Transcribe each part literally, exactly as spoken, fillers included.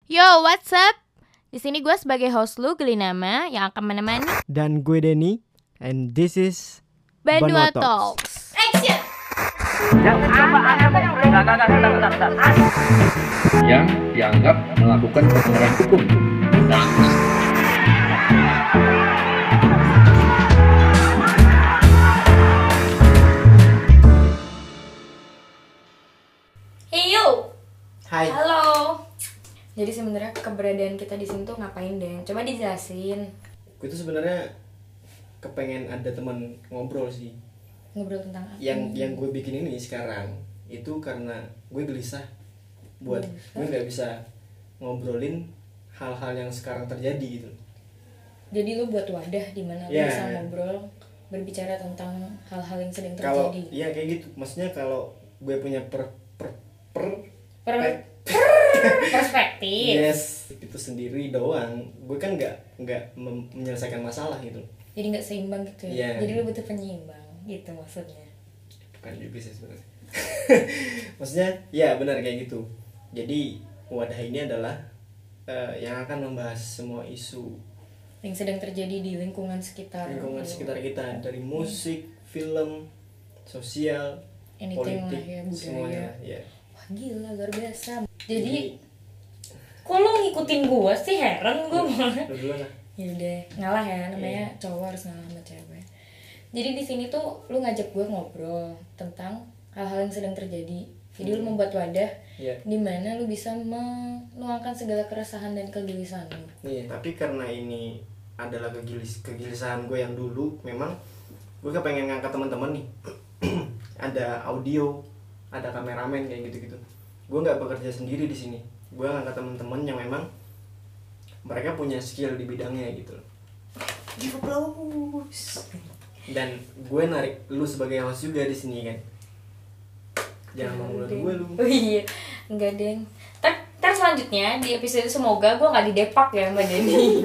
Yo, what's up? Di sini gue sebagai host lu, Gelinama, yang akan menemani Dan gue Denny, and this is Banua Banua Talks. Talks. Action! Yang dianggap melakukan pelanggaran hukum. Hey yo, Hai. halo. Jadi sebenarnya keberadaan kita di sini tuh ngapain deh? Coba dijelasin. Gue tuh sebenarnya kepengen ada teman ngobrol sih. Ngobrol tentang apa? Yang yang gue bikin ini sekarang itu karena gue gelisah buat gue nggak bisa ngobrolin hal-hal yang sekarang terjadi gitu. Jadi lu buat wadah di mana lu Yeah. bisa ngobrol, berbicara tentang hal-hal yang sedang Kalau terjadi. iya kayak gitu, maksudnya kalau gue punya per per per, Per- pe- Perspektif. yes itu sendiri doang, gue kan nggak nggak mem- menyelesaikan masalah gitu. Jadi nggak seimbang gitu ya. Iya. Jadi lu butuh penyeimbang gitu maksudnya. Bukan juga sih sebenarnya. Maksudnya ya benar kayak gitu. Jadi wadah ini adalah eh, yang akan membahas semua isu Yang sedang terjadi di lingkungan sekitar. lingkungan lu. sekitar kita, dari musik, film, sosial, Anything politik, lah ya, budaya. semuanya lah, ya. Wah gila luar biasa. Jadi kok lu ngikutin gua sih, heran gua malah. Lu duluan lah. Yaudah, ngalah ya, namanya Iya. cowok harus ngalah sama cewek. Jadi di sini tuh lu ngajak gue ngobrol tentang hal-hal yang sedang terjadi. Jadi lu membuat wadah Iya. di mana lu bisa meluangkan segala keresahan dan kegelisahan lu. Iya, tapi karena ini adalah kegilis kegelisahan gue yang dulu, memang gue kepengen ngangkat teman-teman nih. Ada audio, ada kameramen kayak gitu-gitu. Gue nggak bekerja sendiri di sini. Gue ngangkat teman-teman yang memang mereka punya skill di bidangnya gitu. Give applause. Dan gue narik lu sebagai host juga di sini kan. Jangan ngomong gue lu. Oh iya, enggak deng. Ntar, ntar selanjutnya di episode semoga gue nggak didepak ya sama Denny.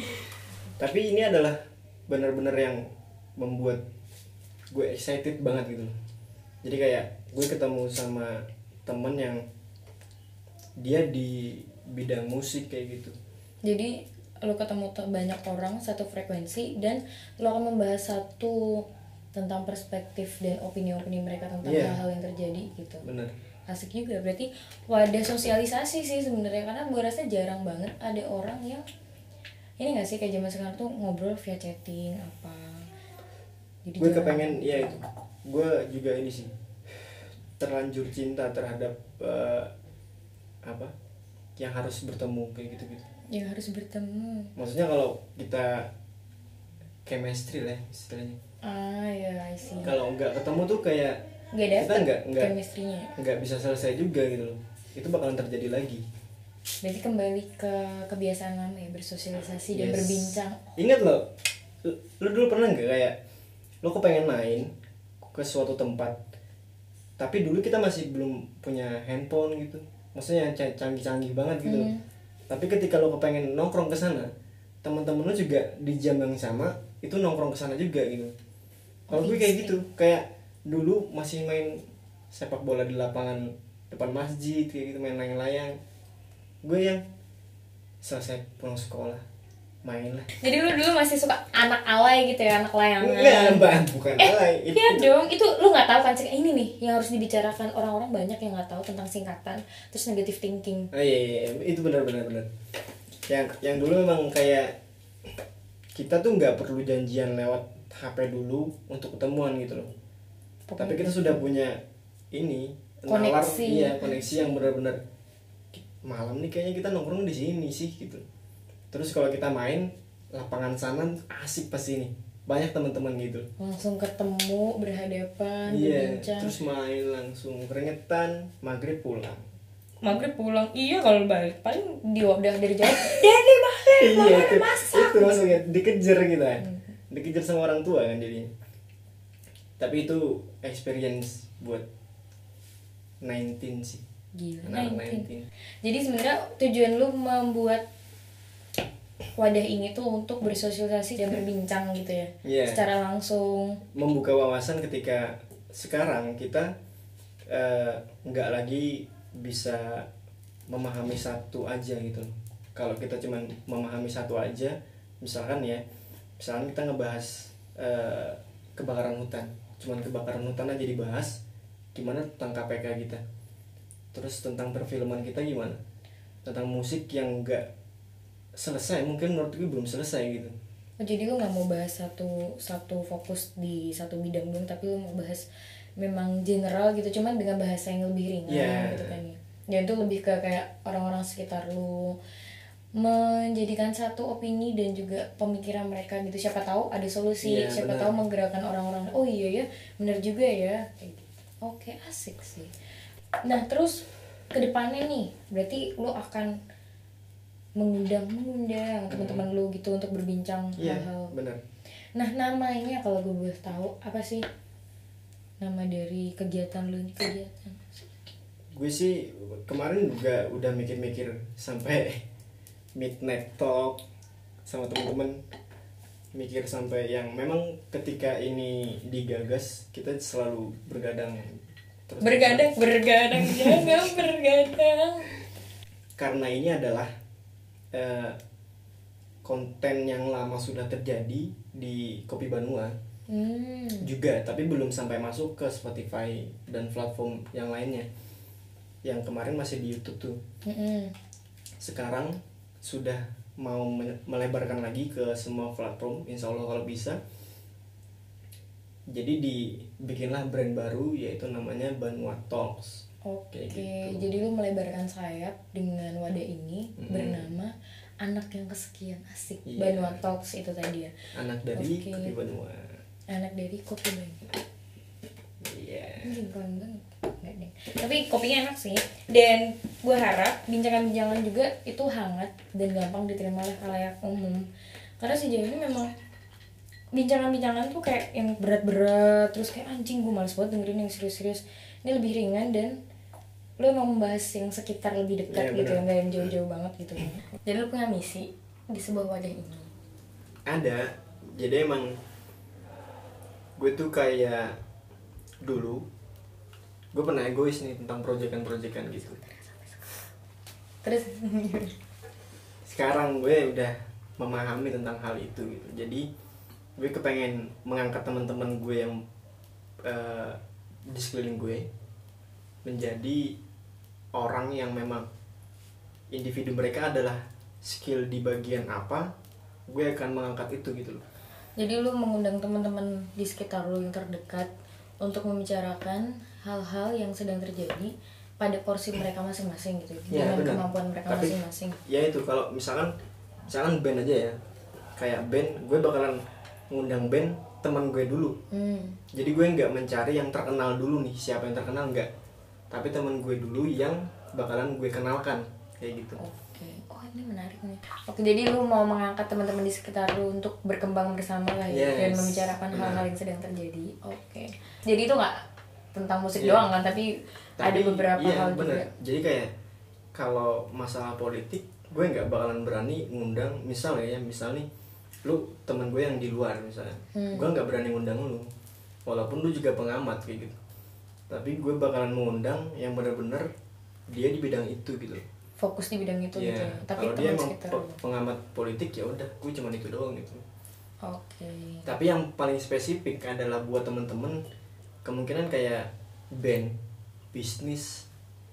Tapi ini adalah benar-benar yang membuat gue excited banget gitu. Jadi kayak gue ketemu sama temen yang dia di bidang musik kayak gitu. Jadi lo ketemu t- banyak orang satu frekuensi dan lo akan membahas satu tentang perspektif dan opini-opini mereka tentang Iya. hal-hal yang terjadi gitu. Bener. Asik juga, berarti wadah sosialisasi sih sebenarnya, karena gue rasa jarang banget ada orang yang ini nggak sih kayak zaman sekarang tuh ngobrol via chatting apa. Jadi Gue jarang. kepengen ya itu. Gue juga ini sih terlanjur cinta terhadap eh, apa yang harus bertemu kayak gitu-gitu. yang harus bertemu. Maksudnya kalau kita chemistry lah istilahnya. Ah ya, I see. Kalau nggak ketemu tuh kayak Nggak kita dapet nggak nggak chemistry-nya. nggak bisa selesai juga gitu loh. Itu bakalan terjadi lagi. Berarti kembali ke kebiasaan lama ya, bersosialisasi dan Yes. berbincang. Ingat loh, lu, lu dulu pernah nggak kayak lu kepengen main ke suatu tempat, tapi dulu kita masih belum punya handphone gitu, maksudnya yang ca- canggih-canggih banget gitu loh. Hmm. Tapi ketika lu kepengen nongkrong ke sana, teman-teman lu juga di jam yang sama itu nongkrong ke sana juga gitu. Kalau gue kayak gitu, kayak dulu masih main sepak bola di lapangan depan masjid kayak gitu, main layang-layang. Gue yang selesai pulang sekolah main lah. Jadi lu dulu masih suka anak alay gitu ya, anak layangan. Enggak, mbak, bukan Eh, alay. Itu- iya dong, itu lu nggak tahu kan sih, ini nih yang harus dibicarakan, orang-orang banyak yang nggak tahu tentang singkatan, terus negative thinking. Oh iya, iya, iya. Itu benar-benar benar. Yang yang dulu memang kayak kita tuh nggak perlu janjian lewat H P dulu untuk ketemuan gitu loh. Tapi kita sudah punya ini nalar, Koneksi. iya koneksi yang benar-benar malam nih kayaknya kita nongkrong di sini sih gitu. Terus kalau kita main lapangan sana asik pasti nih, banyak teman-teman gitu. Langsung ketemu, berhadapan, Iya, berbincang. terus main langsung keringetan, maghrib pulang. Maghrib pulang, iya kalau balik paling di udah dari jauh. Denny balik, Iya mama itu, udah masak. itu maksudnya dikejar kita, dikejar sama orang tua kan jadinya. Tapi itu experience buat nineteen sih. Gila, Anak nineteen. Jadi sebenarnya tujuan lu membuat wadah ini tuh untuk bersosialisasi dan berbincang gitu ya, Iya. secara langsung. Membuka wawasan ketika sekarang kita eh, nggak lagi bisa memahami satu aja gitu. Kalau kita cuman memahami satu aja, misalkan ya, misalkan kita ngebahas uh, kebakaran hutan, cuman kebakaran hutan aja dibahas, gimana tentang K P K kita, terus tentang perfilman kita gimana, tentang musik yang enggak selesai, mungkin menurut gue belum selesai gitu. Oh, jadi lu nggak mau bahas satu satu fokus di satu bidang dong, tapi lu mau bahas memang general gitu, cuman dengan bahasa yang lebih ringan yeah. gitu kan ya. Dan itu lebih ke kayak orang-orang sekitar lu, menjadikan satu opini dan juga pemikiran mereka gitu. Siapa tahu ada solusi, yeah, siapa bener. tahu menggerakkan orang-orang. Oh iya ya, benar juga ya. Kayak gitu. Oke, asik sih. Nah, terus kedepannya nih, berarti lu akan mengundang mengundang hmm. teman-teman lu gitu untuk berbincang yeah, hal-hal. Bener. Nah, namanya kalau gue boleh tahu apa sih nama dari kegiatan lu ini, kegiatan? Gue sih kemarin juga udah mikir-mikir sampai midnight talk sama teman-teman, mikir sampai yang memang ketika ini digagas kita selalu bergadang terus bergadang bergadang jangan bergadang karena ini adalah uh, konten yang lama sudah terjadi di Kopi Banua hmm. juga, tapi belum sampai masuk ke Spotify dan platform yang lainnya. Yang kemarin masih di YouTube tuh. Mm-hmm. Sekarang sudah mau melebarkan lagi ke semua platform, insya Allah kalau bisa. Jadi dibikinlah brand baru yaitu namanya Banua Talks. Oke, okay. Gitu. Jadi lu melebarkan sayap dengan wadah ini mm-hmm. bernama Anak yang Kesekian, asik. Yeah. Banua Talks itu tadi ya. Anak dari okay. Kopi Banua. Anak dari Kopi Banua. Iya. Yeah. Keren banget. Nggak deh. Tapi kopinya enak sih, dan gue harap bincangan-bincangan juga itu hangat dan gampang diterima oleh khalayak umum. Karena sejauh ini memang bincangan-bincangan tuh kayak yang berat-berat, terus kayak anjing gue males banget dengerin yang serius-serius. Ini lebih ringan dan lo emang membahas yang sekitar lebih dekat ya, gitu, nggak yang jauh-jauh banget gitu. Jadi lo punya misi di sebuah wadah ini? Ada, jadi emang gue tuh kayak dulu gue pernah egois nih tentang proyekan-proyekan gitu. Terus sekarang gue udah memahami tentang hal itu gitu. Jadi gue kepengen mengangkat teman-teman gue yang uh, di sekeliling gue menjadi orang yang memang individu mereka adalah skill di bagian apa, gue akan mengangkat itu gitu loh. Jadi lu mengundang teman-teman di sekitar lu yang terdekat untuk membicarakan hal-hal yang sedang terjadi pada porsi mereka masing-masing gitu, ya, dengan bener. Kemampuan mereka Tapi, masing-masing. Ya itu kalau misalkan misalkan band aja ya, kayak band gue bakalan ngundang band teman gue dulu. Hmm. Jadi gue nggak mencari yang terkenal dulu nih, siapa yang terkenal nggak, tapi teman gue dulu yang bakalan gue kenalkan kayak gitu. Oke, oh ini menarik nih. Oke, jadi lu mau mengangkat teman-teman di sekitar lu untuk berkembang bersama lah ya, yes. dan membicarakan benar. Hal-hal yang sedang terjadi. Oke, jadi itu nggak tentang musik yeah. doang kan, tapi, tapi ada beberapa iya, hal bener. Juga. Jadi kayak kalau masalah politik, gue nggak bakalan berani ngundang, misalnya ya, misal nih, lu teman gue yang di luar misalnya, hmm. gue nggak berani ngundang lu, walaupun lu juga pengamat kayak gitu. Tapi gue bakalan mengundang yang benar-benar dia di bidang itu gitu. Fokus di bidang itu yeah. gitu. Tapi kalau dia emang pe- pengamat politik ya udah, gue cuma itu doang gitu. Oke. Okay. Tapi yang paling spesifik adalah buat temen-temen kemungkinan kayak band, bisnis,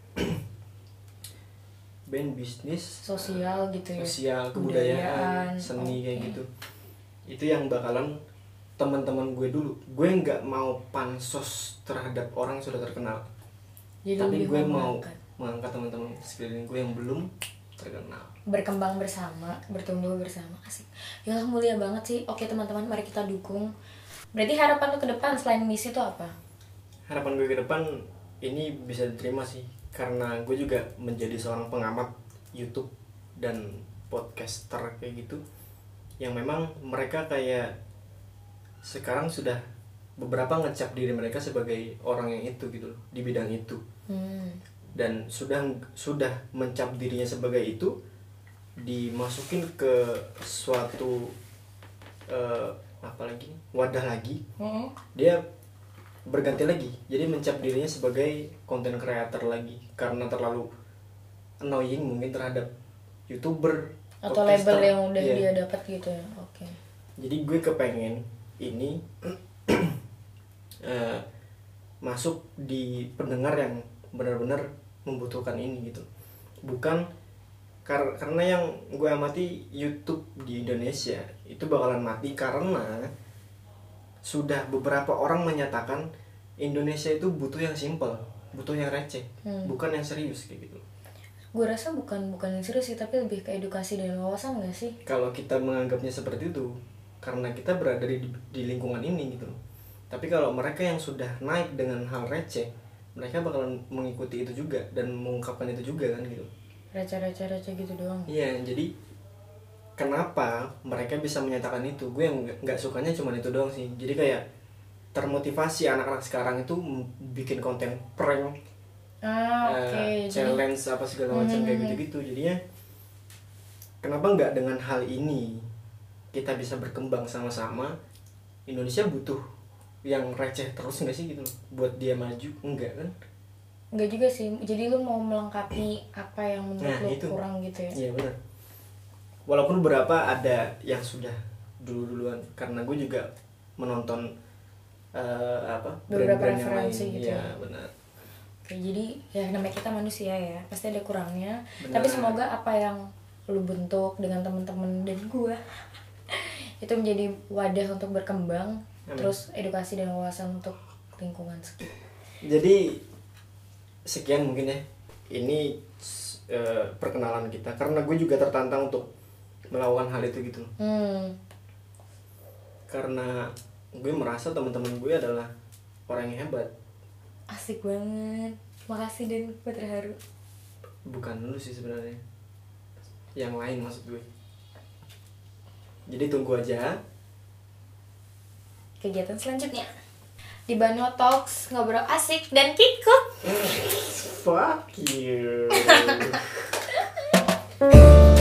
band, bisnis, sosial gitu ya. Sosial, kebudayaan, seni okay. kayak gitu. Itu yang bakalan teman-teman gue dulu. Gue nggak mau pansos terhadap orang yang sudah terkenal. Jadi tapi gue mau mengangkat teman-teman sekeliling gue yang belum terkenal. Berkembang bersama, bertumbuh bersama, asik. Ya mulia banget sih. Oke teman-teman, mari kita dukung. Berarti harapan lu ke depan selain misi itu apa? Harapan gue ke depan ini bisa diterima sih, karena gue juga menjadi seorang pengamat YouTube dan podcaster kayak gitu, yang memang mereka kayak sekarang sudah beberapa ngecap diri mereka sebagai orang yang itu gitu di bidang itu, hmm. dan sudah sudah mencap dirinya sebagai itu, dimasukin ke suatu uh, apa lagi wadah lagi, hmm. dia berganti lagi jadi mencap dirinya sebagai content creator lagi karena terlalu annoying mungkin terhadap YouTuber atau podcaster. label yang udah Iya. dia dapat gitu ya. Oke. Jadi gue kepengen ini eh, masuk di pendengar yang benar-benar membutuhkan ini gitu. Bukan kar- karena yang gue amati YouTube di Indonesia itu bakalan mati karena sudah beberapa orang menyatakan Indonesia itu butuh yang simple, butuh yang receh, Hmm. bukan yang serius kayak gitu. Gue rasa bukan bukan yang serius sih, tapi lebih ke edukasi dan wawasan nggak sih? Kalau kita menganggapnya seperti itu karena kita berada di, di lingkungan ini gitu. Tapi kalau mereka yang sudah naik dengan hal receh, mereka bakalan mengikuti itu juga dan mengungkapkan itu juga kan gitu. Receh-receh-receh gitu doang. Iya, jadi kenapa mereka bisa menyatakan itu? Gue yang nggak- nggak sukanya cuma itu doang sih. Jadi kayak termotivasi anak-anak sekarang itu m- bikin konten prank, Ah, oke. eh, Jadi challenge apa segala macam kayak Hmm. gitu-gitu. Jadinya kenapa nggak dengan hal ini kita bisa berkembang sama-sama? Indonesia butuh yang receh terus nggak sih gitu buat dia maju? Enggak kan? nggak juga sih. Jadi lu mau melengkapi apa yang menurut Nah, lu itu. kurang gitu ya? Iya benar. Walaupun beberapa ada yang sudah dulu-duluan, karena gue juga menonton eh, apa Beberapa brand-brand yang referensi lain. gitu Iya ya. benar. Oke, jadi ya namanya kita manusia ya, pasti ada kurangnya. Benar. Tapi semoga apa yang lu bentuk dengan teman-teman dan gua itu menjadi wadah untuk berkembang, Amin. terus edukasi dan wawasan untuk lingkungan sekitar. Jadi sekian mungkin ya. Ini eh, perkenalan kita, karena gue juga tertantang untuk melakukan hal itu gitu. Hmm, Karena gue merasa teman-teman gue adalah orang yang hebat. asik banget. Makasih dan gue terharu. Bukan lu sih sebenarnya, yang lain maksud gue. Jadi tunggu aja. Kegiatan selanjutnya di Bano Talks, ngobrol asik dan kikuk. Fuck you.